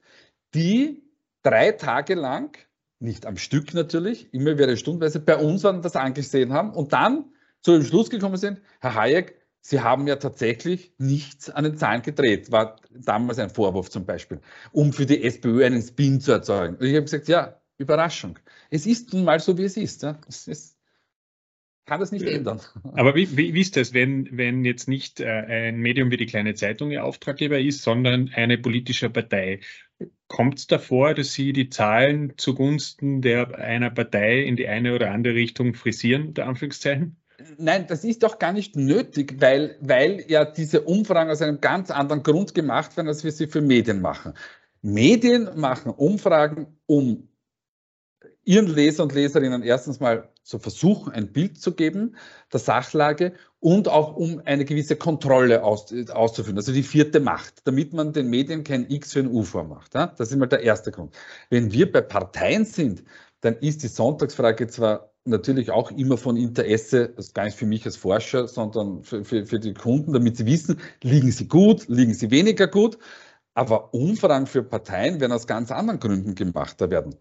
S2: die drei Tage lang, nicht am Stück natürlich, immer wieder stundenweise bei uns waren, das angesehen haben und dann zu dem Schluss gekommen sind, Herr Hayek, Sie haben ja tatsächlich nichts an den Zahlen gedreht, war damals ein Vorwurf zum Beispiel, um für die SPÖ einen Spin zu erzeugen. Und ich habe gesagt, ja, Überraschung. Es ist nun mal so, wie es ist. Ja. Es ist kann das nicht ändern.
S1: Aber wie, wie, wie ist das, wenn, wenn jetzt nicht äh, ein Medium wie die Kleine Zeitung Ihr Auftraggeber ist, sondern eine politische Partei? Kommt es davor, dass Sie die Zahlen zugunsten der einer Partei in die eine oder andere Richtung frisieren, unter Anführungszeichen?
S2: Nein, das ist doch gar nicht nötig, weil, weil ja diese Umfragen aus einem ganz anderen Grund gemacht werden, als wir sie für Medien machen. Medien machen Umfragen, um ihren Leser und Leserinnen erstens mal zu versuchen, ein Bild zu geben der Sachlage und auch um eine gewisse Kontrolle aus, auszuführen, also die vierte Macht, damit man den Medien kein X für ein U vormacht. Ja? Das ist mal der erste Grund. Wenn wir bei Parteien sind, dann ist die Sonntagsfrage zwar natürlich auch immer von Interesse, das ist gar nicht für mich als Forscher, sondern für, für, für die Kunden, damit sie wissen, liegen sie gut, liegen sie weniger gut, aber Umfragen für Parteien werden aus ganz anderen Gründen gemacht. Da werden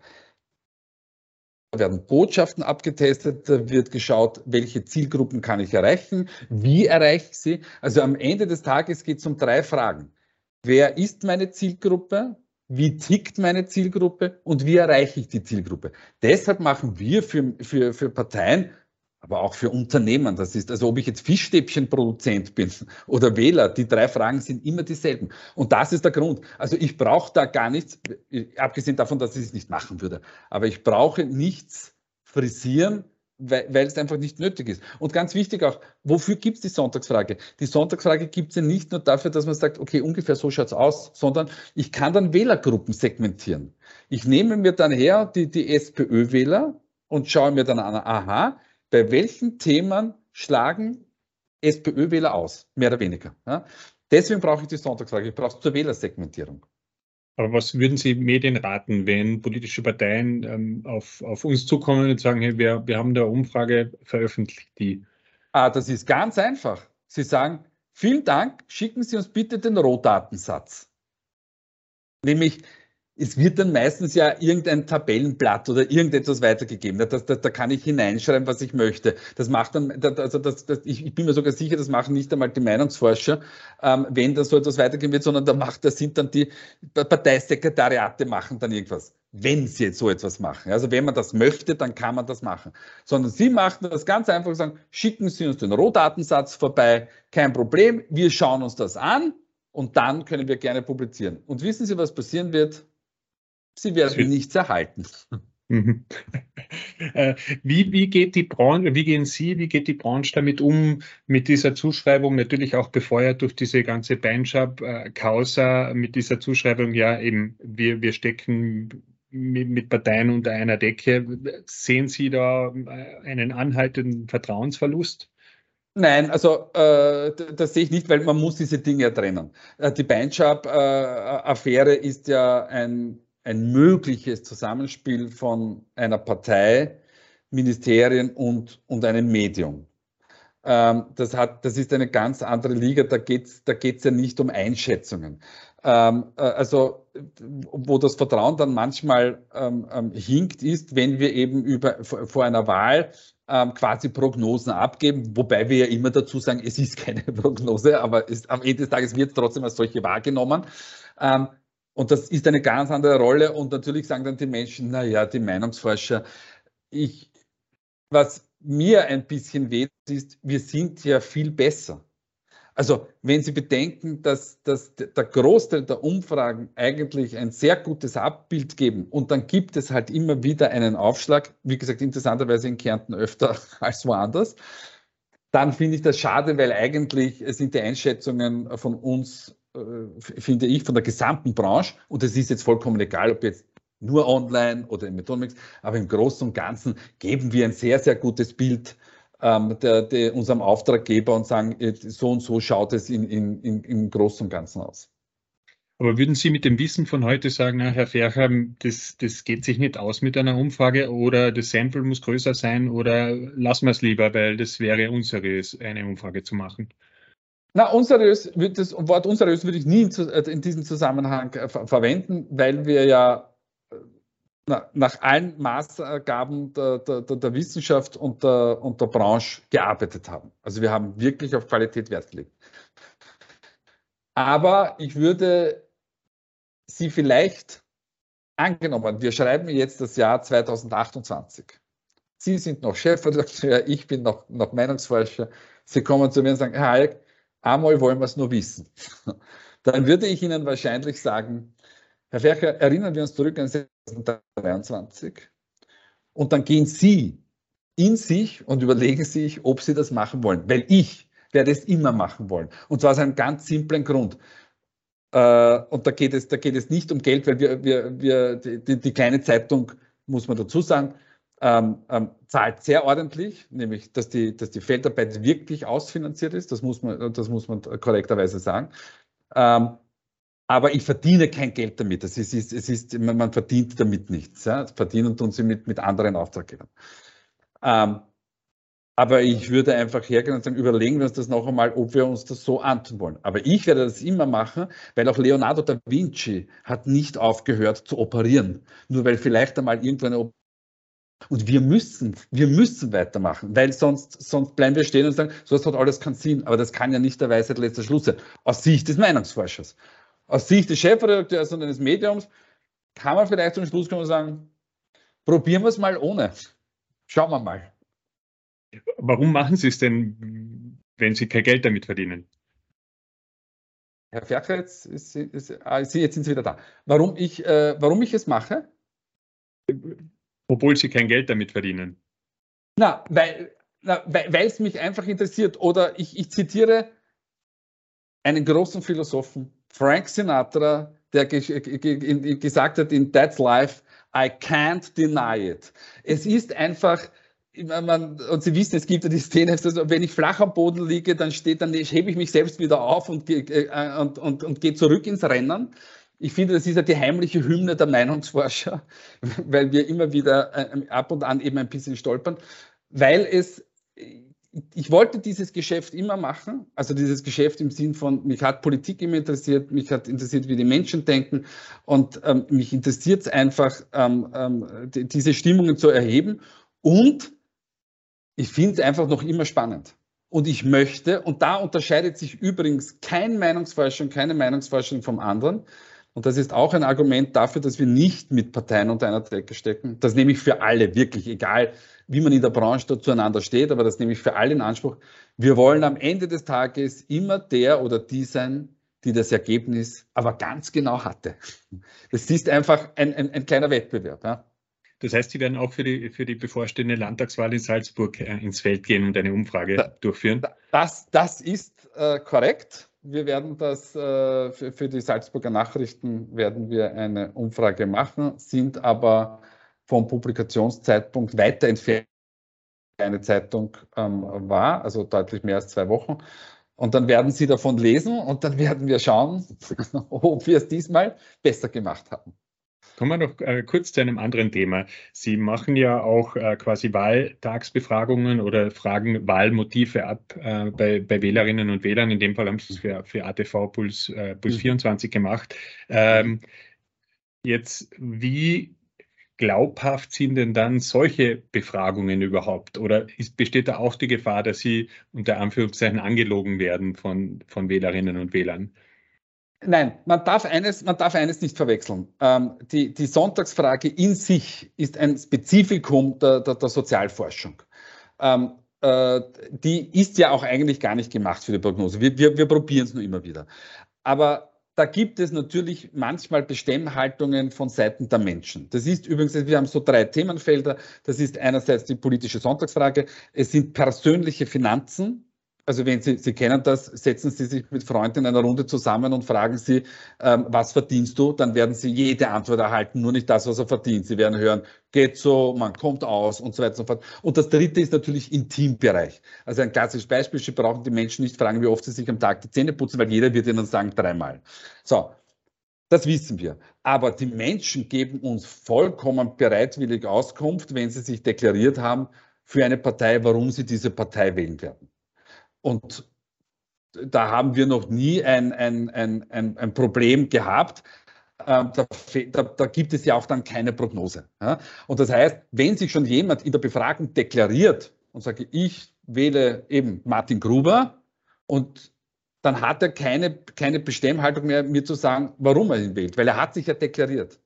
S2: Da werden Botschaften abgetestet, da wird geschaut, welche Zielgruppen kann ich erreichen, wie erreiche ich sie. Also am Ende des Tages geht es um drei Fragen. Wer ist meine Zielgruppe? Wie tickt meine Zielgruppe? Und wie erreiche ich die Zielgruppe? Deshalb machen wir für, für, für Parteien, aber auch für Unternehmen, das ist, also ob ich jetzt Fischstäbchenproduzent bin oder Wähler, die drei Fragen sind immer dieselben. Und das ist der Grund. Also ich brauche da gar nichts, abgesehen davon, dass ich es nicht machen würde, aber ich brauche nichts frisieren, weil, weil es einfach nicht nötig ist. Und ganz wichtig auch, wofür gibt es die Sonntagsfrage? Die Sonntagsfrage gibt es ja nicht nur dafür, dass man sagt, okay, ungefähr so schaut es aus, sondern ich kann dann Wählergruppen segmentieren. Ich nehme mir dann her die, die SPÖ-Wähler und schaue mir dann an, aha, bei welchen Themen schlagen SPÖ-Wähler aus, mehr oder weniger. Ja? Deswegen brauche ich die Sonntagsfrage, ich brauche es zur Wählersegmentierung.
S1: Aber was würden Sie Medien raten, wenn politische Parteien ähm, auf, auf uns zukommen und sagen, hey, wir, wir haben da eine Umfrage, veröffentlicht die?
S2: Ah, das ist ganz einfach. Sie sagen, vielen Dank, schicken Sie uns bitte den Rohdatensatz. Nämlich, es wird dann meistens ja irgendein Tabellenblatt oder irgendetwas weitergegeben. Da, da, da kann ich hineinschreiben, was ich möchte. Das macht dann, also das, das, ich, ich bin mir sogar sicher, das machen nicht einmal die Meinungsforscher, ähm, wenn da so etwas weitergegeben wird, sondern da macht, das sind dann die Parteisekretariate machen dann irgendwas, wenn sie jetzt so etwas machen. Also wenn man das möchte, dann kann man das machen. Sondern sie machen das ganz einfach und sagen, schicken Sie uns den Rohdatensatz vorbei, kein Problem, wir schauen uns das an und dann können wir gerne publizieren. Und wissen Sie, was passieren wird? Sie werden nichts erhalten.
S1: Mhm. wie, wie geht die Branche, wie gehen Sie, wie geht die Branche damit um, mit dieser Zuschreibung, natürlich auch befeuert durch diese ganze Beinschab-Causa, mit dieser Zuschreibung, ja eben, wir, wir stecken mit, mit Parteien unter einer Decke. Sehen Sie da einen anhaltenden Vertrauensverlust?
S2: Nein, also äh, das sehe ich nicht, weil man muss diese Dinge ja trennen. Äh, die Beinschab-Affäre äh, ist ja ein ein mögliches Zusammenspiel von einer Partei, Ministerien und, und einem Medium. Ähm, das, hat, das ist eine ganz andere Liga, da geht es da geht's ja nicht um Einschätzungen. Ähm, äh, also wo das Vertrauen dann manchmal ähm, ähm, hinkt, ist, wenn wir eben über, vor, vor einer Wahl ähm, quasi Prognosen abgeben, wobei wir ja immer dazu sagen, es ist keine Prognose, aber es, am Ende des Tages wird es trotzdem als solche wahrgenommen. Ähm, Und das ist eine ganz andere Rolle. Und natürlich sagen dann die Menschen, naja, die Meinungsforscher, ich, was mir ein bisschen weht, ist, wir sind ja viel besser. Also wenn Sie bedenken, dass, dass der Großteil der Umfragen eigentlich ein sehr gutes Abbild geben und dann gibt es halt immer wieder einen Aufschlag, wie gesagt, interessanterweise in Kärnten öfter als woanders, dann finde ich das schade, weil eigentlich sind die Einschätzungen von uns, finde ich, von der gesamten Branche, und es ist jetzt vollkommen egal, ob jetzt nur online oder im Methodenmix, aber im Großen und Ganzen geben wir ein sehr, sehr gutes Bild ähm, der, der, unserem Auftraggeber und sagen, so und so schaut es in, in, in, im Großen und Ganzen aus.
S1: Aber würden Sie mit dem Wissen von heute sagen, na, Herr Fercher, das, das geht sich nicht aus mit einer Umfrage oder das Sample muss größer sein oder lassen wir es lieber, weil das wäre unseriös, eine Umfrage zu machen?
S2: Na, unseriös, das Wort unseriös würde ich nie in, in diesem Zusammenhang ver verwenden, weil wir ja na, nach allen Maßgaben der, der, der Wissenschaft und der, und der Branche gearbeitet haben. Also wir haben wirklich auf Qualität Wert gelegt. Aber ich würde Sie vielleicht angenommen, wir schreiben jetzt das Jahr zweitausendachtundzwanzig. Sie sind noch Chefredakteur, ich bin noch, noch Meinungsforscher. Sie kommen zu mir und sagen, Herr Hayek, einmal wollen wir es nur wissen. Dann würde ich Ihnen wahrscheinlich sagen, Herr Fercher, erinnern wir uns zurück an zweitausenddreiundzwanzig und dann gehen Sie in sich und überlegen sich, ob Sie das machen wollen. Weil ich werde es immer machen wollen. Und zwar aus einem ganz simplen Grund. Äh, und da geht es, da geht es nicht um Geld, weil wir, wir, wir die, die kleine Zeitung, muss man dazu sagen, ähm, ähm, zahlt sehr ordentlich, nämlich dass die, dass die Feldarbeit wirklich ausfinanziert ist. Das muss man, das muss man korrekterweise sagen. Ähm, aber ich verdiene kein Geld damit. Es ist, es ist, man verdient damit nichts. Ja? Verdienen tun sie mit, mit anderen Auftraggebern. Ähm, aber ich würde einfach hergehen und sagen, überlegen wir uns das noch einmal, ob wir uns das so antun wollen. Aber ich werde das immer machen, weil auch Leonardo da Vinci hat nicht aufgehört zu operieren. Nur weil vielleicht einmal irgendwann eine Und wir müssen, wir müssen weitermachen, weil sonst, sonst bleiben wir stehen und sagen, so hat alles keinen Sinn. Aber das kann ja nicht der Weisheit letzter Schluss sein. Aus Sicht des Meinungsforschers. Aus Sicht des Chefredakteurs und eines Mediums kann man vielleicht zum Schluss kommen und sagen, probieren wir es mal ohne. Schauen wir mal.
S1: Warum machen Sie es denn, wenn Sie kein Geld damit verdienen?
S2: Herr Fercher, jetzt, ist, ist, ist, jetzt sind Sie wieder da. Warum ich, äh, warum ich es mache?
S1: Obwohl Sie kein Geld damit verdienen.
S2: Na, weil, na, weil, weil es mich einfach interessiert. Oder ich, ich zitiere einen großen Philosophen, Frank Sinatra, der ge ge gesagt hat, in That's Life, I can't deny it. Es ist einfach, man, und Sie wissen, es gibt ja die Szene, also wenn ich flach am Boden liege, dann steht, dann hebe ich mich selbst wieder auf und, äh, und, und, und gehe zurück ins Rennen. Ich finde, das ist ja die heimliche Hymne der Meinungsforscher, weil wir immer wieder äh, ab und an eben ein bisschen stolpern, weil es, ich wollte dieses Geschäft immer machen, also dieses Geschäft im Sinn von, mich hat Politik immer interessiert, mich hat interessiert, wie die Menschen denken und ähm, mich interessiert es einfach, ähm, ähm, die, diese Stimmungen zu erheben und ich finde es einfach noch immer spannend. Und ich möchte, und da unterscheidet sich übrigens kein Meinungsforscher und keine Meinungsforscherin vom anderen, und das ist auch ein Argument dafür, dass wir nicht mit Parteien unter einer Decke stecken. Das nehme ich für alle, wirklich, egal wie man in der Branche da zueinander steht, aber das nehme ich für alle in Anspruch. Wir wollen am Ende des Tages immer der oder die sein, die das Ergebnis aber ganz genau hatte. Das ist einfach ein, ein, ein kleiner Wettbewerb. Ja.
S1: Das heißt, Sie werden auch für die, für die bevorstehende Landtagswahl in Salzburg äh, ins Feld gehen und eine Umfrage da, durchführen?
S2: Das, das ist äh, korrekt. Wir werden das äh, für, für die Salzburger Nachrichten werden wir eine Umfrage machen, sind aber vom Publikationszeitpunkt weiter entfernt, eine Zeitung ähm, war, also deutlich mehr als zwei Wochen. Und dann werden Sie davon lesen und dann werden wir schauen, ob wir es diesmal besser gemacht haben.
S1: Kommen wir noch äh, kurz zu einem anderen Thema. Sie machen ja auch äh, quasi Wahltagsbefragungen oder fragen Wahlmotive ab äh, bei, bei Wählerinnen und Wählern. In dem Fall haben Sie es für, für A T V Puls, äh, Puls vierundzwanzig gemacht. Ähm, jetzt, wie glaubhaft sind denn dann solche Befragungen überhaupt? Oder ist, besteht da auch die Gefahr, dass Sie unter Anführungszeichen angelogen werden von, von Wählerinnen und Wählern?
S2: Nein, man darf eines, man darf eines nicht verwechseln. Ähm, die, die Sonntagsfrage in sich ist ein Spezifikum der, der, der Sozialforschung. Ähm, äh, die ist ja auch eigentlich gar nicht gemacht für die Prognose. Wir, wir, wir probieren es nur immer wieder. Aber da gibt es natürlich manchmal Bestemmhaltungen von Seiten der Menschen. Das ist übrigens, wir haben so drei Themenfelder. Das ist einerseits die politische Sonntagsfrage. Es sind persönliche Finanzen. Also wenn Sie, Sie kennen das, setzen Sie sich mit Freunden in einer Runde zusammen und fragen Sie, ähm, was verdienst du? Dann werden Sie jede Antwort erhalten, nur nicht das, was er verdient. Sie werden hören, geht so, man kommt aus und so weiter und so fort. Und das dritte ist natürlich Intimbereich. Also ein klassisches Beispiel, Sie brauchen die Menschen nicht fragen, wie oft sie sich am Tag die Zähne putzen, weil jeder wird Ihnen sagen, dreimal. So, das wissen wir. Aber die Menschen geben uns vollkommen bereitwillig Auskunft, wenn sie sich deklariert haben für eine Partei, warum sie diese Partei wählen werden. Und da haben wir noch nie ein, ein, ein, ein, ein Problem gehabt. Ähm, da, da, da gibt es ja auch dann keine Prognose. Ja? Und das heißt, wenn sich schon jemand in der Befragung deklariert und sagt, ich wähle eben Martin Gruber, und dann hat er keine, keine Bestemmhaltung mehr, mir zu sagen, warum er ihn wählt, weil er hat sich ja deklariert.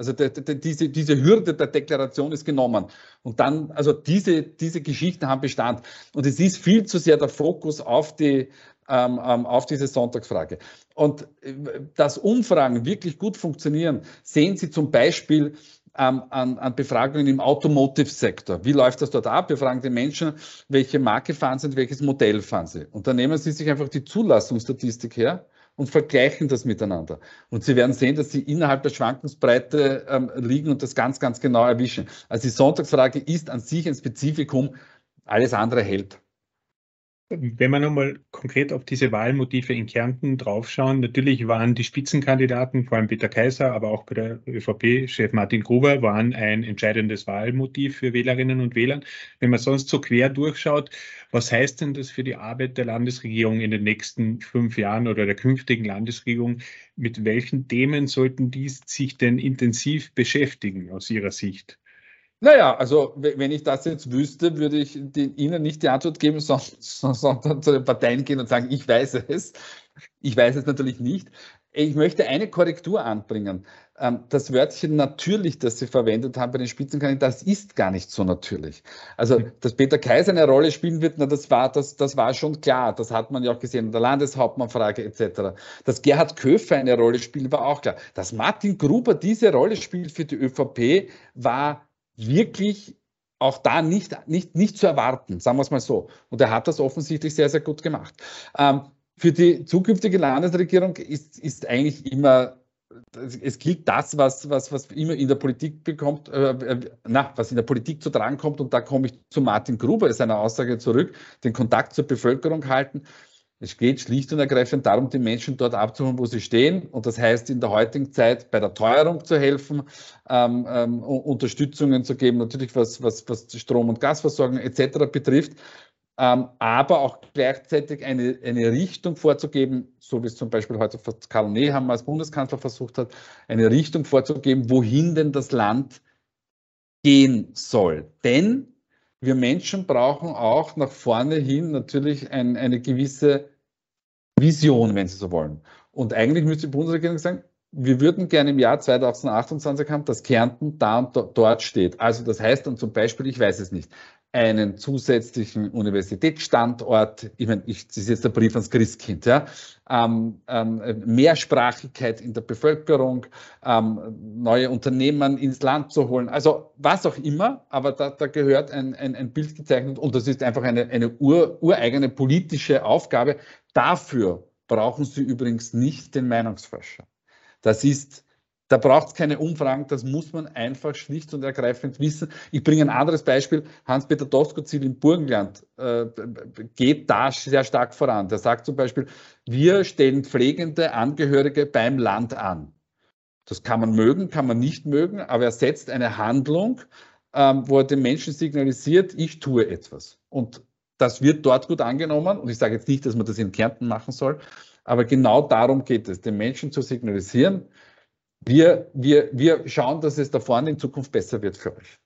S2: Also de, de, diese, diese Hürde der Deklaration ist genommen. Und dann, also diese, diese Geschichten haben Bestand. Und es ist viel zu sehr der Fokus auf die, ähm, auf diese Sonntagsfrage. Und dass Umfragen wirklich gut funktionieren, sehen Sie zum Beispiel ähm, an, an Befragungen im Automotive-Sektor. Wie läuft das dort ab? Wir fragen die Menschen, welche Marke fahren sie und welches Modell fahren sie. Und dann nehmen sie sich einfach die Zulassungsstatistik her und vergleichen das miteinander. Und Sie werden sehen, dass Sie innerhalb der Schwankungsbreite ähm, liegen und das ganz, ganz genau erwischen. Also die Sonntagsfrage ist an sich ein Spezifikum, alles andere hält.
S1: Wenn wir nochmal konkret auf diese Wahlmotive in Kärnten draufschauen, natürlich waren die Spitzenkandidaten, vor allem Peter Kaiser, aber auch bei der ÖVP-Chef Martin Gruber, waren ein entscheidendes Wahlmotiv für Wählerinnen und Wähler. Wenn man sonst so quer durchschaut, was heißt denn das für die Arbeit der Landesregierung in den nächsten fünf Jahren oder der künftigen Landesregierung? Mit welchen Themen sollten die sich denn intensiv beschäftigen aus Ihrer Sicht?
S2: Naja, also wenn ich das jetzt wüsste, würde ich den, Ihnen nicht die Antwort geben, sondern, sondern zu den Parteien gehen und sagen, ich weiß es. Ich weiß es natürlich nicht. Ich möchte eine Korrektur anbringen. Das Wörtchen natürlich, das Sie verwendet haben bei den Spitzenkandidaten, das ist gar nicht so natürlich. Also, dass Peter Kaiser eine Rolle spielen wird, na, das war, das, das war schon klar. Das hat man ja auch gesehen in der Landeshauptmannfrage et cetera. Dass Gerhard Köfer eine Rolle spielt, war auch klar. Dass Martin Gruber diese Rolle spielt für die ÖVP, war wirklich auch da nicht, nicht, nicht zu erwarten, sagen wir es mal so. Und er hat das offensichtlich sehr, sehr gut gemacht. Ähm, für die zukünftige Landesregierung ist, ist eigentlich immer, es gilt das, was, was, was immer in der Politik bekommt, äh, na, was in der Politik zu tragen kommt. Und da komme ich zu Martin Gruber, seiner Aussage zurück, den Kontakt zur Bevölkerung halten. Es geht schlicht und ergreifend darum, die Menschen dort abzuholen, wo sie stehen. Und das heißt, in der heutigen Zeit bei der Teuerung zu helfen, ähm, ähm, Unterstützungen zu geben, natürlich was, was, was Strom- und Gasversorgung et cetera betrifft, ähm, aber auch gleichzeitig eine, eine Richtung vorzugeben, so wie es zum Beispiel heute Karl Nehammer als Bundeskanzler versucht hat, eine Richtung vorzugeben, wohin denn das Land gehen soll. Denn wir Menschen brauchen auch nach vorne hin natürlich ein, eine gewisse Vision, wenn Sie so wollen. Und eigentlich müsste die Bundesregierung sagen, wir würden gerne im Jahr zweitausendachtundzwanzig haben, dass Kärnten da und dort steht. Also das heißt dann zum Beispiel, ich weiß es nicht, einen zusätzlichen Universitätsstandort, ich meine, ich, das ist jetzt der Brief ans Christkind, ja, ähm, ähm, Mehrsprachigkeit in der Bevölkerung, ähm, neue Unternehmen ins Land zu holen, also was auch immer, aber da, da gehört ein, ein, ein Bild gezeichnet und das ist einfach eine, eine ur, ureigene politische Aufgabe. Dafür brauchen Sie übrigens nicht den Meinungsforscher. Das ist Da braucht es keine Umfragen, das muss man einfach schlicht und ergreifend wissen. Ich bringe ein anderes Beispiel. Hans-Peter Doskozil im Burgenland äh, geht da sehr stark voran. Der sagt zum Beispiel, wir stellen pflegende Angehörige beim Land an. Das kann man mögen, kann man nicht mögen, aber er setzt eine Handlung, ähm, wo er den Menschen signalisiert, ich tue etwas. Und das wird dort gut angenommen. Und ich sage jetzt nicht, dass man das in Kärnten machen soll, aber genau darum geht es, den Menschen zu signalisieren, Wir, wir, wir schauen, dass es da vorne in Zukunft besser wird für euch.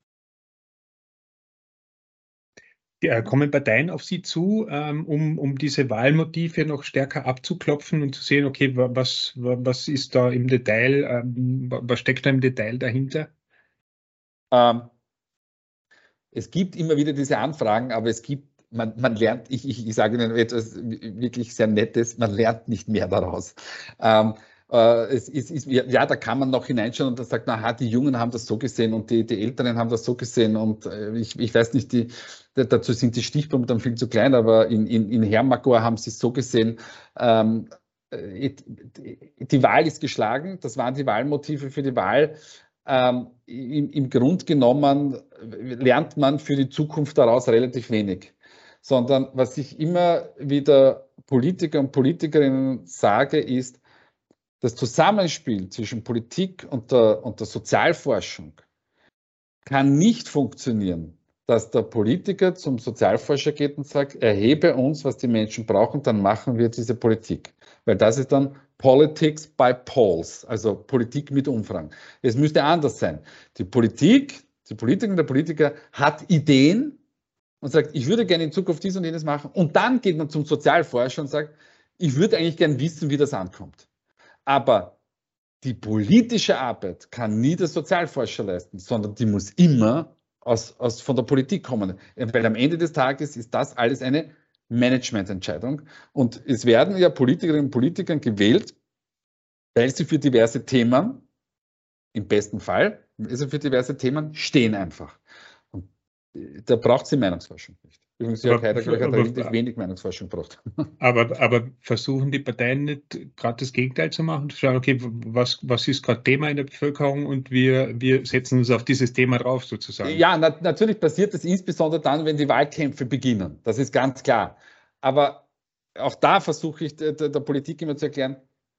S1: Ja, kommen Parteien auf Sie zu, ähm, um, um diese Wahlmotive noch stärker abzuklopfen und zu sehen, okay, was, was ist da im Detail, ähm, was steckt da im Detail dahinter?
S2: Ähm, es gibt immer wieder diese Anfragen, aber es gibt, man, man lernt, ich, ich, ich sage Ihnen etwas wirklich sehr Nettes, man lernt nicht mehr daraus. Ähm, Es ist, ist, ja, da kann man noch hineinschauen und dann sagt, aha, die Jungen haben das so gesehen und die, die Älteren haben das so gesehen und ich, ich weiß nicht, die, dazu sind die Stichpunkte dann viel zu klein, aber in, in, in Hermagor haben sie es so gesehen, ähm, die Wahl ist geschlagen, das waren die Wahlmotive für die Wahl. Ähm, im, Im Grund genommen lernt man für die Zukunft daraus relativ wenig, sondern was ich immer wieder Politiker und Politikerinnen sage, ist, das Zusammenspiel zwischen Politik und der, und der Sozialforschung kann nicht funktionieren, dass der Politiker zum Sozialforscher geht und sagt, erhebe uns, was die Menschen brauchen, dann machen wir diese Politik. Weil das ist dann Politics by Polls, also Politik mit Umfragen. Es müsste anders sein. Die Politik, die Politikerin, der Politiker hat Ideen und sagt, ich würde gerne in Zukunft dies und jenes machen. Und dann geht man zum Sozialforscher und sagt, ich würde eigentlich gerne wissen, wie das ankommt. Aber die politische Arbeit kann nie der Sozialforscher leisten, sondern die muss immer aus, aus, von der Politik kommen. Weil am Ende des Tages ist das alles eine Managemententscheidung. Und es werden ja Politikerinnen und Politiker gewählt, weil sie für diverse Themen, im besten Fall, also für diverse Themen stehen einfach. Und da braucht sie Meinungsforschung nicht. Übrigens, Jörg Haider hat relativ wenig Meinungsforschung gebraucht.
S1: Aber, aber versuchen die Parteien nicht gerade das Gegenteil zu machen? Zu schauen, okay, was, was ist gerade Thema in der Bevölkerung und wir, wir setzen uns auf dieses Thema drauf sozusagen.
S2: Ja, na, natürlich passiert das insbesondere dann, wenn die Wahlkämpfe beginnen. Das ist ganz klar. Aber auch da versuche ich der, der Politik immer zu erklären,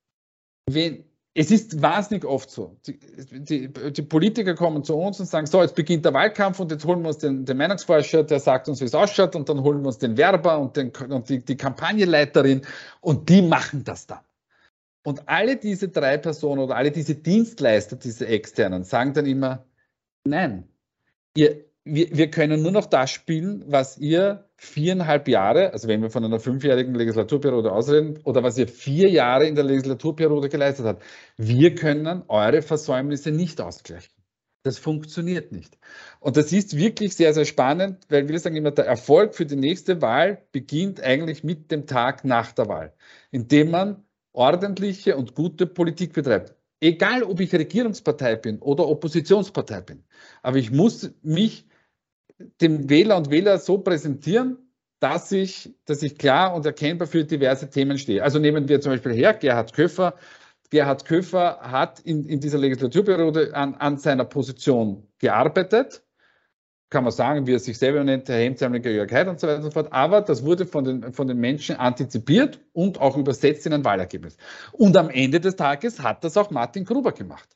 S2: wenn, es ist wahnsinnig oft so. Die, die, die Politiker kommen zu uns und sagen, so, jetzt beginnt der Wahlkampf und jetzt holen wir uns den, den Meinungsforscher, der sagt uns, wie es ausschaut, und dann holen wir uns den Werber und, den, und die, die Kampagnenleiterin und die machen das dann. Und alle diese drei Personen oder alle diese Dienstleister, diese externen, sagen dann immer, nein, ihr, wir, wir können nur noch das spielen, was ihr viereinhalb Jahre, also wenn wir von einer fünfjährigen Legislaturperiode ausreden, oder was ihr vier Jahre in der Legislaturperiode geleistet habt. Wir können eure Versäumnisse nicht ausgleichen. Das funktioniert nicht. Und das ist wirklich sehr, sehr spannend, weil wir sagen immer, der Erfolg für die nächste Wahl beginnt eigentlich mit dem Tag nach der Wahl, indem man ordentliche und gute Politik betreibt. Egal, ob ich Regierungspartei bin oder Oppositionspartei bin. Aber ich muss mich dem Wähler und Wähler so präsentieren, dass ich, dass ich klar und erkennbar für diverse Themen stehe. Also nehmen wir zum Beispiel her Gerhard Köfer. Gerhard Köfer hat in, in dieser Legislaturperiode an, an seiner Position gearbeitet. Kann man sagen, wie er sich selber nennt, der hemdsärmelige Jörg Haider und so weiter und so fort. Aber das wurde von den, von den Menschen antizipiert und auch übersetzt in ein Wahlergebnis. Und am Ende des Tages hat das auch Martin Gruber gemacht.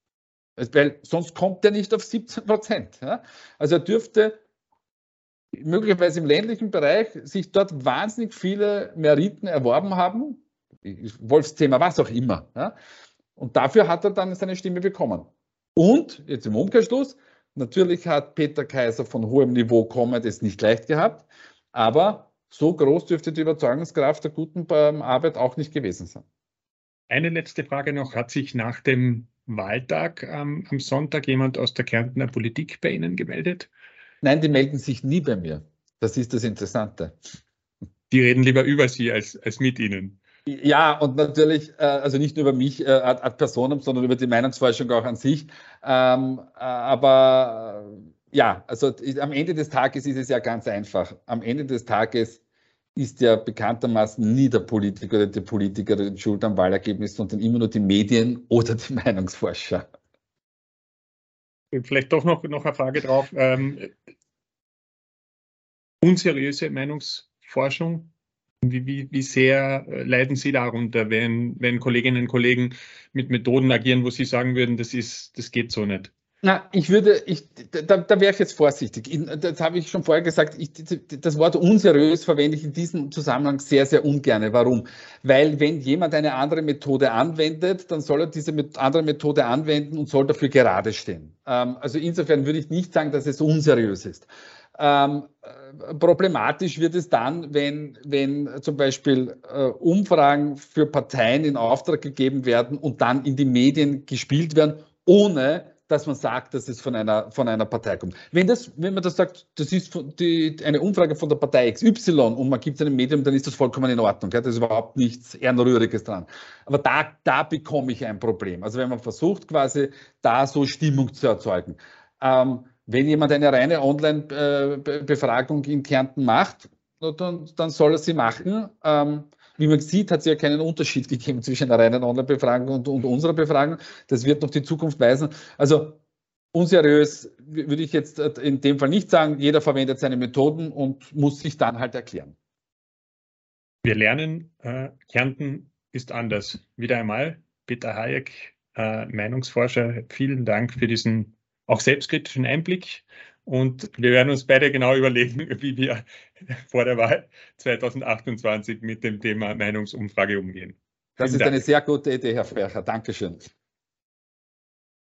S2: Weil sonst kommt er nicht auf siebzehn Prozent. Ja? Also er dürfte möglicherweise im ländlichen Bereich sich dort wahnsinnig viele Meriten erworben haben. Wolfsthema, was auch immer. Ja? Und dafür hat er dann seine Stimme bekommen. Und, jetzt im Umkehrschluss, natürlich hat Peter Kaiser von hohem Niveau kommend es nicht leicht gehabt, aber so groß dürfte die Überzeugungskraft der guten Arbeit auch nicht gewesen sein.
S1: Eine letzte Frage noch. Hat sich nach dem Wahltag ähm, am Sonntag jemand aus der Kärntner Politik bei Ihnen gemeldet?
S2: Nein, die melden sich nie bei mir. Das ist das Interessante.
S1: Die reden lieber über Sie als, als mit Ihnen.
S2: Ja, und natürlich, äh, also nicht nur über mich äh, ad personam, sondern über die Meinungsforschung auch an sich. Ähm, äh, aber äh, ja, also am Ende des Tages ist es ja ganz einfach. Am Ende des Tages ist ja bekanntermaßen nie der Politiker oder die Politikerin schuld am Wahlergebnis, sondern immer nur die Medien oder die Meinungsforscher.
S1: Vielleicht doch noch, noch eine Frage drauf. Ähm, unseriöse Meinungsforschung, wie, wie, wie sehr leiden Sie darunter, wenn, wenn Kolleginnen und Kollegen mit Methoden agieren, wo Sie sagen würden, das ist, das geht so nicht?
S2: Na, ich würde, ich, da, da wäre ich jetzt vorsichtig. Das habe ich schon vorher gesagt, ich, das Wort unseriös verwende ich in diesem Zusammenhang sehr, sehr ungern. Warum? Weil wenn jemand eine andere Methode anwendet, dann soll er diese andere Methode anwenden und soll dafür gerade stehen. Ähm, also insofern würde ich nicht sagen, dass es unseriös ist. Ähm, problematisch wird es dann, wenn, wenn zum Beispiel äh, Umfragen für Parteien in Auftrag gegeben werden und dann in die Medien gespielt werden, ohne dass man sagt, dass es von einer, von einer Partei kommt. Wenn, das, wenn man das sagt, das ist die, eine Umfrage von der Partei X Y und man gibt es einem Medium, dann ist das vollkommen in Ordnung. Ja? Da ist überhaupt nichts Ehrenrühriges dran. Aber da, da bekomme ich ein Problem. Also wenn man versucht, quasi da so Stimmung zu erzeugen. Ähm, wenn jemand eine reine Online-Befragung in Kärnten macht, dann, dann soll er sie machen. Ähm, Wie man sieht, hat es ja keinen Unterschied gegeben zwischen einer reinen Online-Befragung und, und unserer Befragung. Das wird noch die Zukunft weisen. Also unseriös würde ich jetzt in dem Fall nicht sagen. Jeder verwendet seine Methoden und muss sich dann halt erklären.
S1: Wir lernen, äh, Kärnten ist anders. Wieder einmal, Peter Hayek, äh, Meinungsforscher, vielen Dank für diesen auch selbstkritischen Einblick. Und wir werden uns beide genau überlegen, wie wir vor der Wahl zweitausendachtundzwanzig mit dem Thema Meinungsumfrage umgehen.
S2: Das ist eine sehr gute Idee, Herr Fercher. Dankeschön.